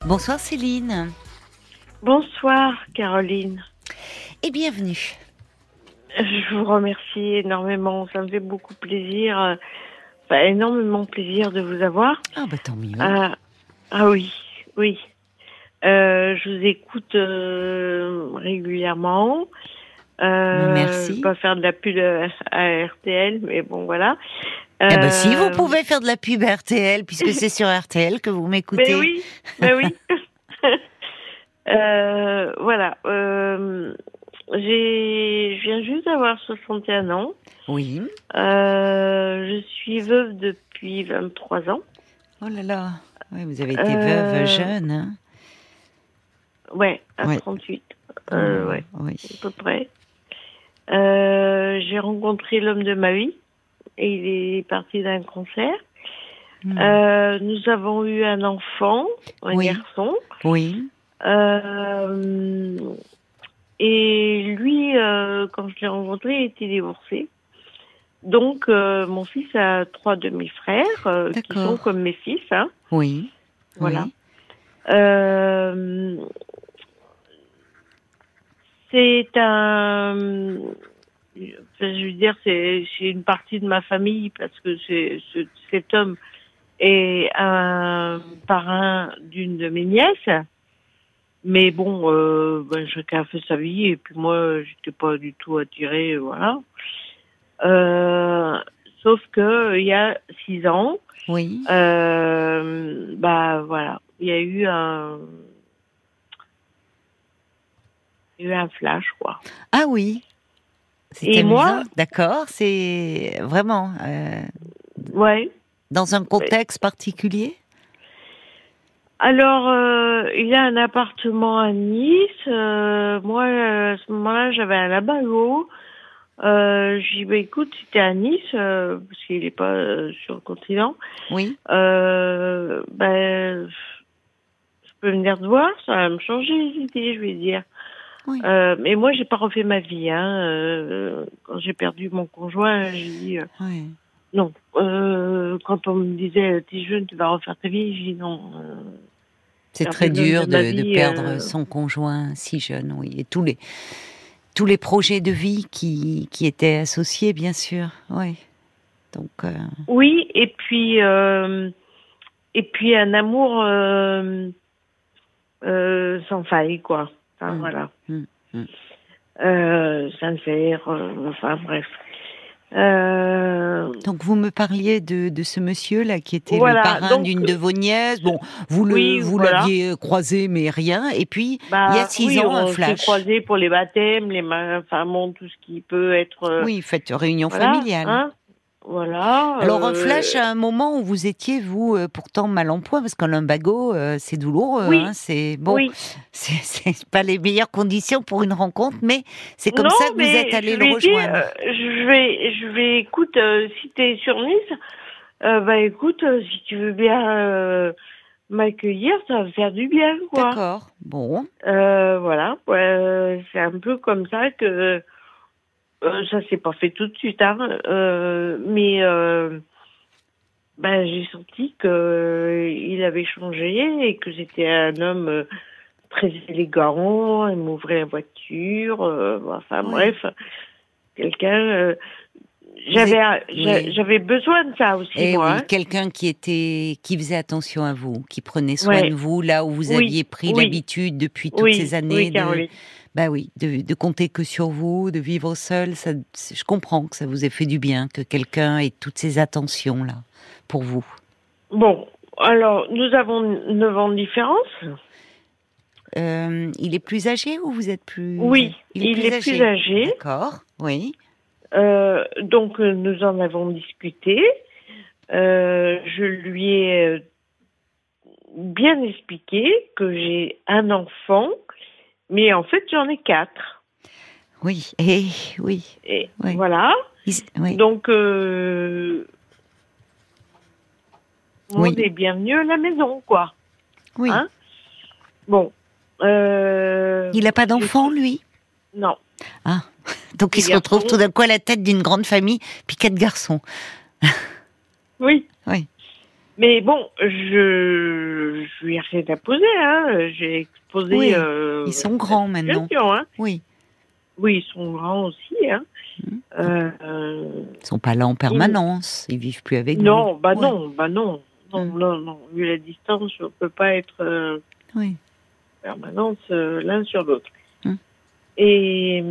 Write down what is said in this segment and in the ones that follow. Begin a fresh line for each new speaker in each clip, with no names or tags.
Bonsoir Céline.
Bonsoir Caroline.
Et bienvenue.
Je vous remercie énormément. Ça me fait beaucoup plaisir, énormément plaisir de vous avoir.
Ah bah tant mieux.
Ah oui. Je vous écoute régulièrement.
Merci.
Je vais pas faire de la pub à RTL, mais bon voilà.
Ah bah si, vous pouvez faire de la pub à RTL, puisque c'est sur RTL que vous m'écoutez.
Mais oui. Voilà. Je viens juste d'avoir 61 ans.
Oui.
Je suis veuve depuis 23 ans.
Oh là là. Oui, vous avez été veuve jeune. Hein.
Ouais, à
Ouais.
38.
Oui.
À peu près. J'ai rencontré l'homme de ma vie et il est parti d'un cancer. Nous avons eu un enfant, un garçon.
Oui.
Et lui, quand je l'ai rencontré, il était divorcé. Donc, mon fils a 3 demi-frères qui sont comme mes fils. Hein.
Oui.
Voilà.
Oui.
C'est je veux dire, c'est une partie de ma famille parce que cet homme est un parrain d'une de mes nièces. Mais bon, chacun a fait sa vie et puis moi, j'étais pas du tout attirée, voilà. Sauf que il y a 6 ans,
Oui.
voilà, il y a eu un flash, quoi.
Ah oui. C'est
et
amusant.
moi,
d'accord, c'est vraiment
ouais.
dans un contexte particulier.
Alors, il a un appartement à Nice. Moi, à ce moment-là, j'avais un Labago. J'ai dit, écoute, si t'es à Nice, parce qu'il n'est pas sur le continent,
Oui.
je peux venir te voir, ça va me changer les idées, je vais dire.
Oui.
Mais moi, j'ai pas refait ma vie. Hein. Quand j'ai perdu mon conjoint, j'ai dit non. Quand on me disait, t'es jeune, tu vas refaire ta vie, j'ai dit non.
C'est très dur de perdre son conjoint si jeune, oui. Et tous les projets de vie qui étaient associés, bien sûr, oui. Donc.
Oui, et puis un amour sans faille, quoi. Enfin, voilà. Sincère, enfin bref.
Donc vous me parliez de ce monsieur-là qui était
Voilà,
le parrain d'une de vos nièces. Bon, vous l'aviez croisé, mais rien. Et puis il y a 6 ans, un flash.
On s'est croisés pour les baptêmes, tout ce qui peut être.
Oui, faites réunion
voilà,
familiale.
Hein, voilà.
Alors un flash à un moment où vous étiez vous pourtant mal en point parce qu'un lumbago c'est douloureux.
Oui.
Hein, c'est bon, c'est pas les meilleures conditions pour une rencontre, mais c'est comme ça que vous êtes allé le rejoindre.
Je vais, écoute, si t'es sur Nice, écoute, si tu veux bien m'accueillir, ça va faire du bien, quoi.
D'accord. Bon.
Voilà. C'est un peu comme ça que ça s'est pas fait tout de suite, hein. Mais j'ai senti que il avait changé et que c'était un homme très élégant. Il m'ouvrait la voiture. Bref, quelqu'un. J'avais besoin de ça aussi,
et
moi.
oui,
Hein.
quelqu'un qui faisait attention à vous, qui prenait soin de vous là où vous aviez pris l'habitude depuis toutes ces années de compter que sur vous, de vivre seul. Ça, je comprends que ça vous ait fait du bien, que quelqu'un ait toutes ces attentions là pour vous.
Bon, alors nous avons 9 ans de différence.
Il est plus âgé ou vous êtes plus...
Oui, il est plus âgé.
D'accord, oui.
Donc nous en avons discuté. Je lui ai bien expliqué que j'ai un enfant, mais en fait j'en ai 4.
Oui, oui.
Et voilà. Donc on est bienvenu à la maison, quoi.
Oui.
Hein, bon.
Il n'a pas d'enfant, lui?
Non.
Ah, donc il se retrouve tout d'un coup à la tête d'une grande famille, puis 4 garçons.
Oui.
Oui.
Mais bon, je lui ai rien à poser, hein. J'ai exposé.
Oui, ils sont grands maintenant.
Hein.
Oui.
Oui, ils sont grands aussi, hein.
Ils sont pas là en permanence. Ils vivent plus avec vous.
Non, non. Vu la distance, on peut pas être
oui.
permanence l'un sur l'autre. Et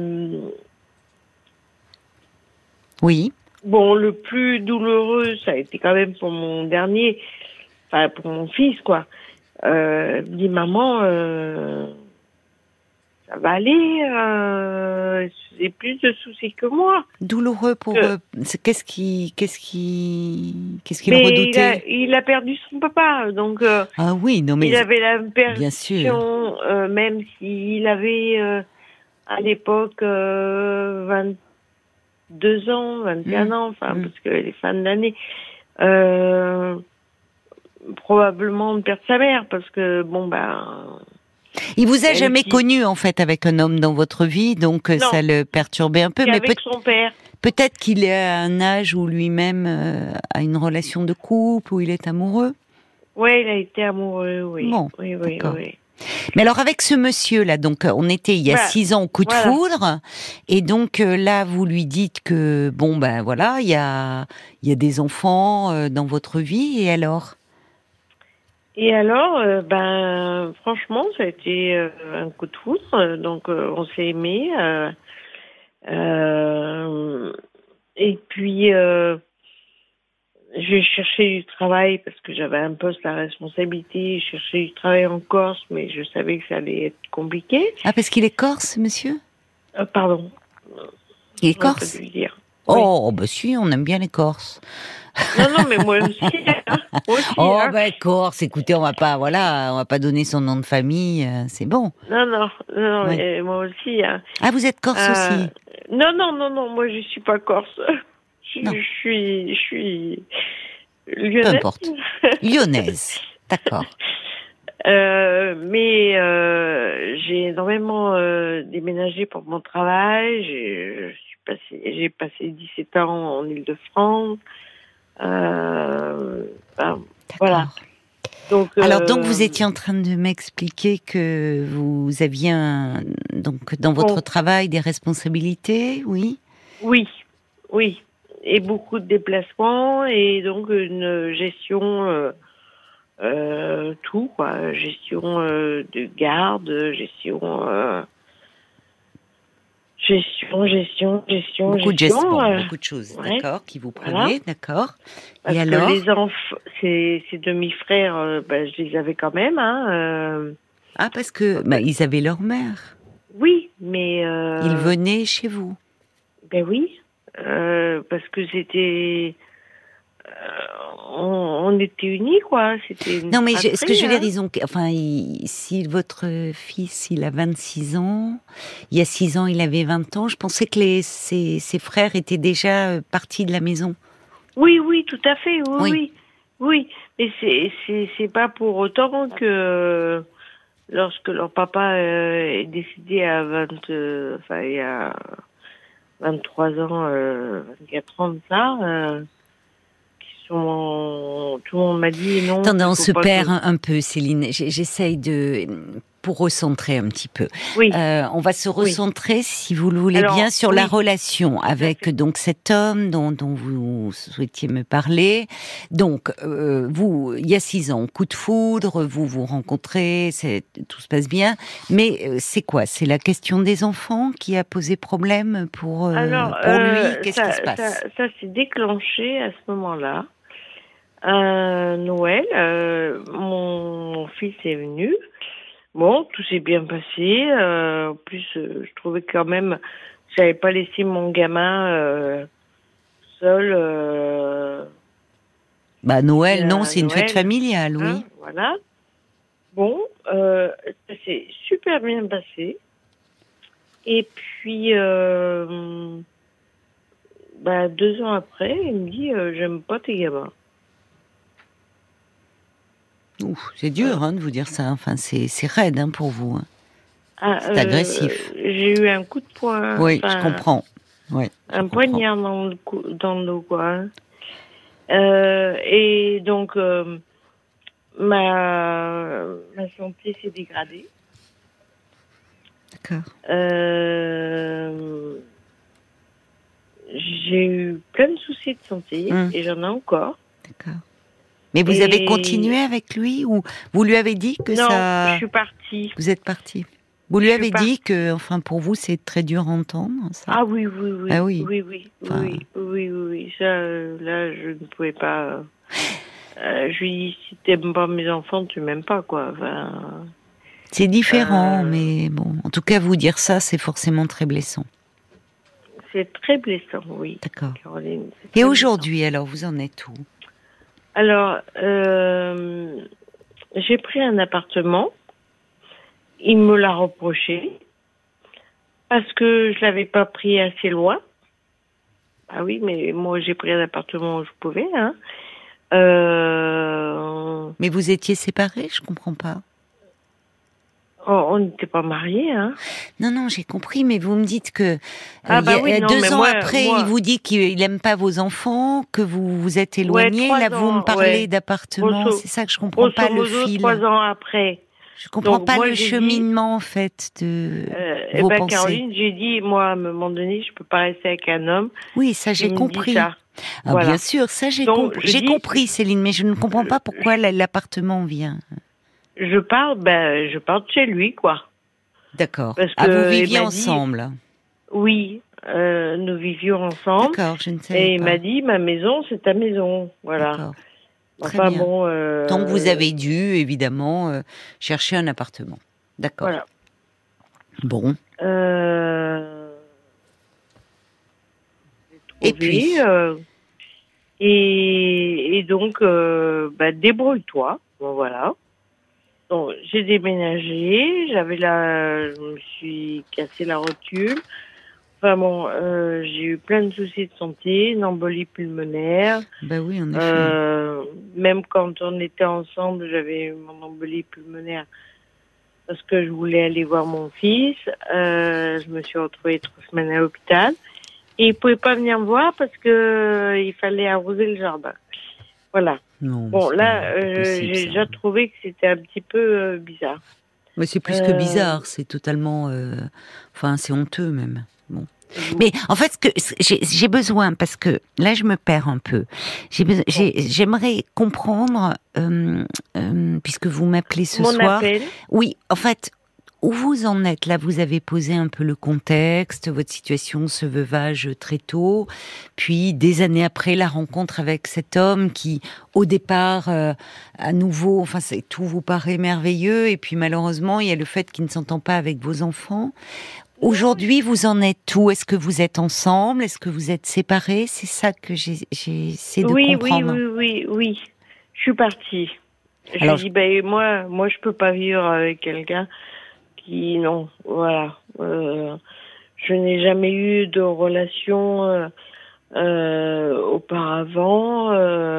oui.
bon, le plus douloureux, ça a été quand même pour mon dernier, enfin pour mon fils, quoi. Dit maman, ça va aller, c'est plus de soucis que moi.
Douloureux pour qu'est-ce qu'il redoutait?
Il a perdu son papa, donc
ah oui, non mais
il avait l'impression,
bien sûr,
même s'il avait à l'époque 22 ans, 21 ans, enfin parce que les fins de l'année, probablement de perdre sa mère, parce que bon ben.
Il vous a jamais connu en fait avec un homme dans votre vie, donc non, ça le perturbait un peu.
Mais avec son père.
Peut-être qu'il est à un âge où lui-même a une relation de couple, où il est amoureux.
Oui, il a été amoureux, oui.
Bon,
oui.
Mais alors avec ce monsieur-là, donc on était il y a 6 ans au coup de foudre, et donc là vous lui dites que bon ben voilà, il y a des enfants dans votre vie, et alors?
Et alors, ben franchement, ça a été un coup de foudre. Donc on s'est aimés. Et puis j'ai cherché du travail parce que j'avais un poste à responsabilité. J'ai cherché du travail en Corse, mais je savais que ça allait être compliqué.
Ah, parce qu'il est corse, monsieur?
Pardon.
Il est corse?
Dire.
Oh, oui. Bah si, on aime bien les Corses.
Non, mais moi aussi. Hein.
Ben Corse, écoutez, on va pas donner son nom de famille, c'est bon.
Non,
oui.
moi aussi. Hein.
Ah, vous êtes corse aussi?
Non, moi je suis pas corse. Je suis lyonnaise.
Peu importe. Lyonnaise, d'accord.
Mais j'ai énormément déménagé pour mon travail. J'ai passé 17 ans en Île-de-France. Voilà. Donc,
alors donc vous étiez en train de m'expliquer que vous aviez donc dans votre travail des responsabilités, oui?
Oui, et beaucoup de déplacements et donc une gestion tout quoi, gestion de garde, gestion
beaucoup de choses, d'accord, qui vous prenaient, d'accord.
Parce
et alors
que les enfants, ces demi-frères, je les avais quand même. Hein,
Ah, parce que ils avaient leur mère.
Oui, mais
ils venaient chez vous.
Ben oui, parce que c'était on était unis, quoi. C'était
non, mais ce que je veux dire, si votre fils, il a 26 ans, il y a 6 ans, il avait 20 ans, je pensais que ses frères étaient déjà partis de la maison.
Oui, tout à fait, oui. Mais c'est pas pour autant que lorsque leur papa est décédé il y a 23 ans, 24 ans de ça, tout le monde m'a dit non.
Attendez, on se perd un peu, Céline. J'essaye pour recentrer un petit peu.
Oui.
On va se recentrer, si vous le voulez bien, sur la relation avec donc cet homme dont vous souhaitiez me parler. Donc, vous, il y a 6 ans, coup de foudre, vous vous rencontrez, tout se passe bien. Mais c'est quoi? C'est la question des enfants qui a posé problème pour lui? Qu'est-ce qui se passe?
Ça s'est déclenché à ce moment-là. Noël, mon fils est venu. Bon, tout s'est bien passé. En plus, je trouvais quand même, j'avais pas laissé mon gamin seul.
Noël, non, c'est une fête familiale, oui.
Hein, voilà. Bon, ça s'est super bien passé. Et puis, 2 ans après, il me dit, j'aime pas tes gamins.
C'est dur de vous dire ça. Enfin, c'est raide pour vous. C'est agressif.
J'ai eu un coup de poing.
Oui, je comprends. Ouais,
un poignard dans le dos, quoi. Et donc, ma santé s'est dégradée.
D'accord.
J'ai eu plein de soucis de santé et j'en ai encore.
D'accord. Mais vous avez continué avec lui ou vous lui avez dit que ça...
Non, je suis partie.
Vous êtes partie. Vous lui avez dit que, enfin, pour vous, c'est très dur à entendre, ça?
Ah oui, oui, oui.
Ah oui.
Oui. Ça, là, je ne pouvais pas... je lui dis, si t'aimes pas mes enfants, tu m'aimes pas, quoi. Enfin,
c'est différent, mais bon. En tout cas, vous dire ça, c'est forcément très blessant.
C'est très blessant, oui.
D'accord.
Caroline,
et aujourd'hui, alors, vous en êtes où?
Alors, j'ai pris un appartement. Il me l'a reproché parce que je l'avais pas pris assez loin. Ah oui, mais moi j'ai pris un appartement où je pouvais. Hein.
Mais vous étiez séparés, je comprends pas.
On n'était pas mariés. Hein.
Non, j'ai compris, mais vous me dites que
oui,
2 ans après, il vous dit qu'il aime pas vos enfants, que vous vous êtes éloignés. Là, vous me parlez d'appartement. C'est ça que je comprends pas le fil.
3 ans après.
Je comprends pas le cheminement, en fait, de vos pensées.
Caroline, j'ai dit, moi, à un moment donné, je peux pas rester avec un homme.
Oui, ça, j'ai compris. Voilà. Bien sûr, ça, j'ai compris, Céline, mais je ne comprends pas pourquoi l'appartement vient.
Je pars de chez lui, quoi.
D'accord. Vous viviez ensemble?
Oui, nous vivions ensemble.
D'accord, je ne savais pas.
Et il m'a dit, ma maison, c'est ta maison. Voilà.
D'accord. Très bien. Bon, donc vous avez dû, évidemment, chercher un appartement. D'accord.
Voilà.
Bon.
Et puis et donc, débrouille-toi. Bon, voilà. Donc, j'ai déménagé. Je me suis cassé la rotule. Enfin bon, j'ai eu plein de soucis de santé, une embolie pulmonaire.
Ben oui, en effet.
Même quand on était ensemble, j'avais eu mon embolie pulmonaire parce que je voulais aller voir mon fils. Je me suis retrouvée 3 semaines à l'hôpital. Et il pouvait pas venir me voir parce que il fallait arroser le jardin. Voilà.
Non,
bon, là, j'ai déjà trouvé que c'était un petit peu bizarre.
Mais c'est plus que bizarre, c'est totalement... Enfin, c'est honteux même. Bon. Mais en fait, j'ai besoin, parce que là je me perds un peu, j'aimerais comprendre, puisque vous m'appelez ce soir.
Appel.
Oui, en fait, où vous en êtes? Là, vous avez posé un peu le contexte, votre situation, ce veuvage très tôt, puis des années après, la rencontre avec cet homme qui, au départ, à nouveau, enfin, tout vous paraît merveilleux, et puis malheureusement, il y a le fait qu'il ne s'entend pas avec vos enfants. Aujourd'hui, vous en êtes où? Est-ce que vous êtes ensemble? Est-ce que vous êtes séparés? C'est ça que j'essaie de comprendre.
Oui. Je suis partie. Alors, je dis, moi, je peux pas vivre avec quelqu'un qui, non, voilà. Je n'ai jamais eu de relation auparavant.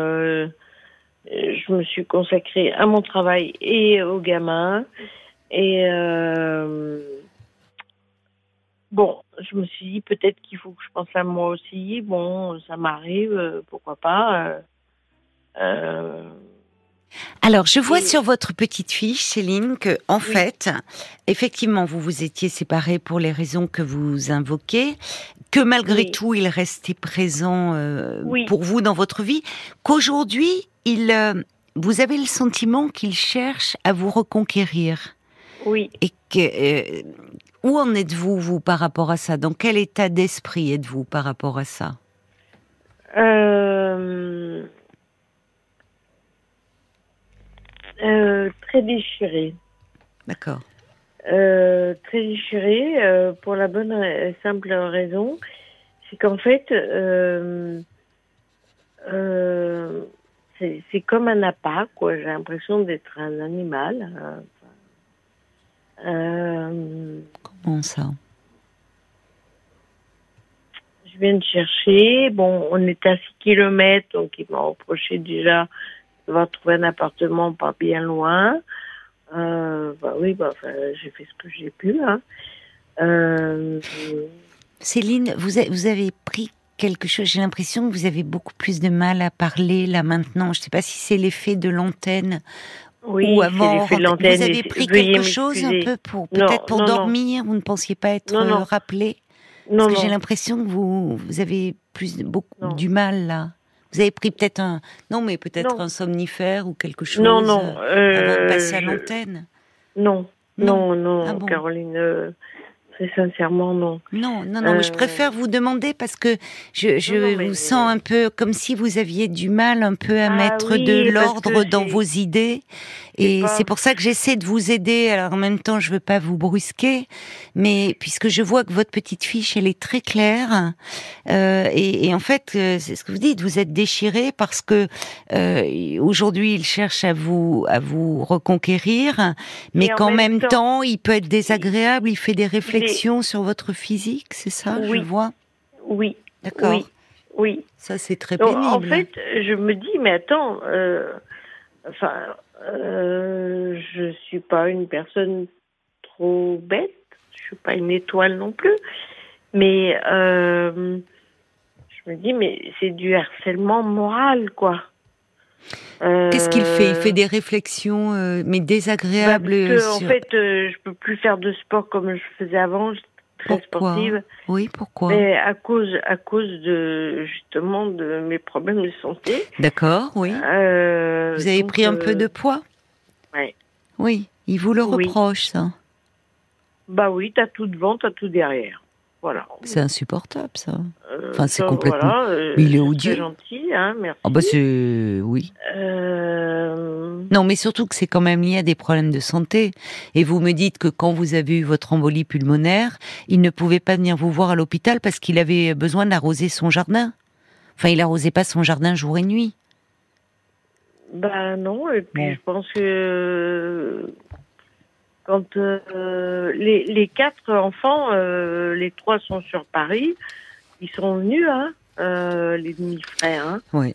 Je me suis consacrée à mon travail et aux gamins. Et bon, je me suis dit peut-être qu'il faut que je pense à moi aussi. Bon, ça m'arrive, pourquoi pas.
Alors, je vois sur votre petite fiche, Céline, que en fait, effectivement, vous vous étiez séparés pour les raisons que vous invoquez, que malgré tout, il restait présent pour vous dans votre vie, qu'aujourd'hui, vous avez le sentiment qu'il cherche à vous reconquérir.
Oui.
Et que où en êtes-vous, vous, par rapport à ça? Dans quel état d'esprit êtes-vous par rapport à ça?
Très déchirée.
D'accord.
Très déchirée pour la bonne et simple raison, c'est qu'en fait, c'est comme un appât, quoi. J'ai l'impression d'être un animal.
Comment ça?
Je viens de chercher. Bon, on est à 6 kilomètres, donc il m'a reproché déjà d'avoir trouvé un appartement pas bien loin. J'ai fait ce que j'ai pu. Hein.
Céline, vous avez pris quelque chose. J'ai l'impression que vous avez beaucoup plus de mal à parler là maintenant. Je ne sais pas si c'est l'effet de l'antenne ou avant.
C'est l'effet de l'antenne.
Vous avez pris quelque chose un peu pour peut-être pour dormir. Vous ne pensiez pas être rappelé. Parce que j'ai l'impression que vous avez beaucoup du mal là. Vous avez pris peut-être un somnifère ou quelque chose avant de passer à l'antenne.
Non, ah bon. Caroline, très sincèrement, non.
Non, mais je préfère vous demander parce que je vous sens un peu comme si vous aviez du mal un peu à mettre de l'ordre dans vos idées. Et c'est pour ça que j'essaie de vous aider. Alors en même temps, je veux pas vous brusquer, mais puisque je vois que votre petite fiche, elle est très claire. Et en fait, c'est ce que vous dites, vous êtes déchiré parce que aujourd'hui, il cherche à vous reconquérir, mais qu'en même temps, il peut être désagréable. Il fait des réflexions sur votre physique, c'est ça, je vois.
Oui.
D'accord.
Oui.
Ça, c'est très pénible.
En fait, je me dis, mais attends, je suis pas une personne trop bête, je suis pas une étoile non plus, mais je me dis, mais c'est du harcèlement moral, quoi.
Qu'est-ce qu'il fait? Il fait des réflexions, mais désagréables.
Parce que, en fait, je peux plus faire de sport comme je faisais avant. J'étais très sportive.
Oui, pourquoi?
Mais à cause de justement de mes problèmes de santé.
D'accord, oui. Vous avez pris un peu de poids?
Oui.
Oui, il vous le reproche, ça.
Bah oui, t'as tout devant, t'as tout derrière. Voilà.
C'est insupportable, ça. Enfin, c'est complètement. Mais il est odieux.
C'est gentil, hein, merci.
Ah bah c'est oui. Non, mais surtout que c'est quand même lié à des problèmes de santé. Et vous me dites que quand vous avez eu votre embolie pulmonaire, il ne pouvait pas venir vous voir à l'hôpital parce qu'il avait besoin d'arroser son jardin. Enfin, il arrosait pas son jardin jour et nuit.
Bah non, et puis je pense que quand les 4 enfants, les 3 sont sur Paris, ils sont venus, hein, les demi-frères. Hein.
Oui.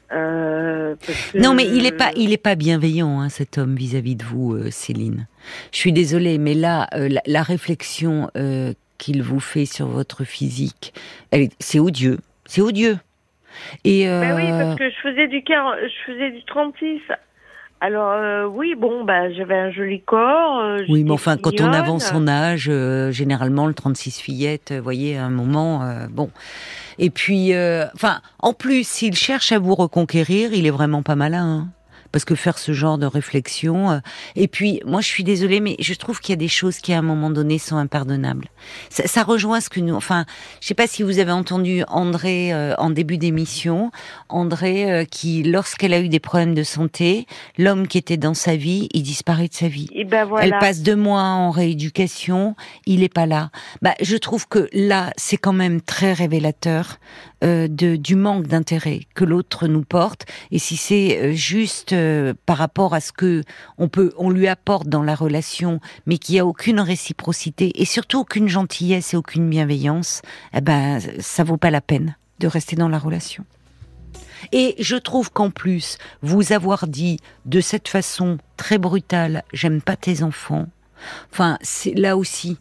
Parce que...
Non, mais il est pas bienveillant, hein, cet homme vis-à-vis de vous, Céline. Je suis désolée, mais là, la réflexion qu'il vous fait sur votre physique, c'est odieux. C'est odieux. Et
Ben oui, parce que je faisais du 36. Alors oui, bon, bah j'avais un joli corps.
Oui, mais enfin, quand on avance en âge, généralement le 36 fillettes, vous voyez, à un moment, bon. Et puis, enfin, en plus, s'il cherche à vous reconquérir, il est vraiment pas malin. Hein. Parce que faire ce genre de réflexion... Et puis, moi, je suis désolée, mais je trouve qu'il y a des choses qui, à un moment donné, sont impardonnables. Ça rejoint ce que nous... Enfin, je sais pas si vous avez entendu André en début d'émission. André, qui, lorsqu'elle a eu des problèmes de santé, l'homme qui était dans sa vie, il disparaît de sa vie.
Et ben voilà.
Elle passe 2 mois en rééducation, il est pas là. Bah, je trouve que là, c'est quand même très révélateur du manque d'intérêt que l'autre nous porte. Et si c'est juste par rapport à ce que on lui apporte dans la relation, mais qu'il y a aucune réciprocité et surtout aucune gentillesse et aucune bienveillance, eh ben, ça vaut pas la peine de rester dans la relation. Et je trouve qu'en plus, vous avoir dit de cette façon très brutale, j'aime pas tes enfants. Enfin, c'est là aussi.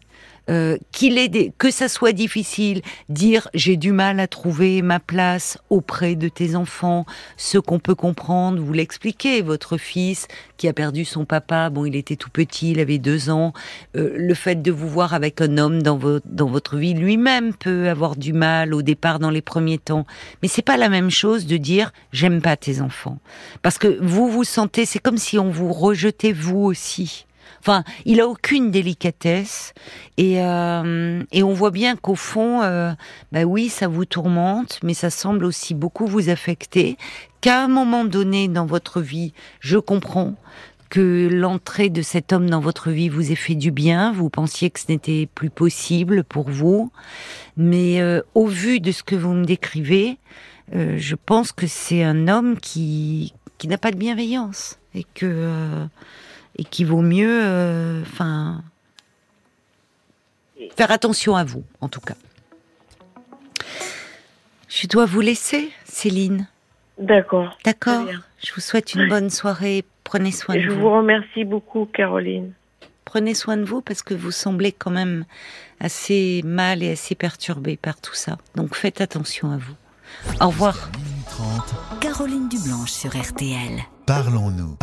Que ça soit difficile, dire j'ai du mal à trouver ma place auprès de tes enfants, ce qu'on peut comprendre, vous l'expliquez, votre fils qui a perdu son papa, bon il était tout petit, il avait 2 ans, le fait de vous voir avec un homme dans votre vie, lui-même peut avoir du mal au départ dans les premiers temps, mais c'est pas la même chose de dire j'aime pas tes enfants, parce que vous vous sentez, c'est comme si on vous rejetait vous aussi. Enfin, il a aucune délicatesse et on voit bien qu'au fond, bah oui, ça vous tourmente, mais ça semble aussi beaucoup vous affecter. Qu'à un moment donné dans votre vie, je comprends que l'entrée de cet homme dans votre vie vous ait fait du bien. Vous pensiez que ce n'était plus possible pour vous, mais au vu de ce que vous me décrivez, je pense que c'est un homme qui n'a pas de bienveillance et qu'il vaut mieux, faire attention à vous, en tout cas. Je dois vous laisser, Céline.
D'accord.
D'accord. Je vous souhaite une bonne soirée. Prenez soin de vous.
Je vous remercie beaucoup, Caroline.
Prenez soin de vous parce que vous semblez quand même assez mal et assez perturbé par tout ça. Donc faites attention à vous. Au revoir.
Caroline Dublanche sur RTL. Parlons-nous.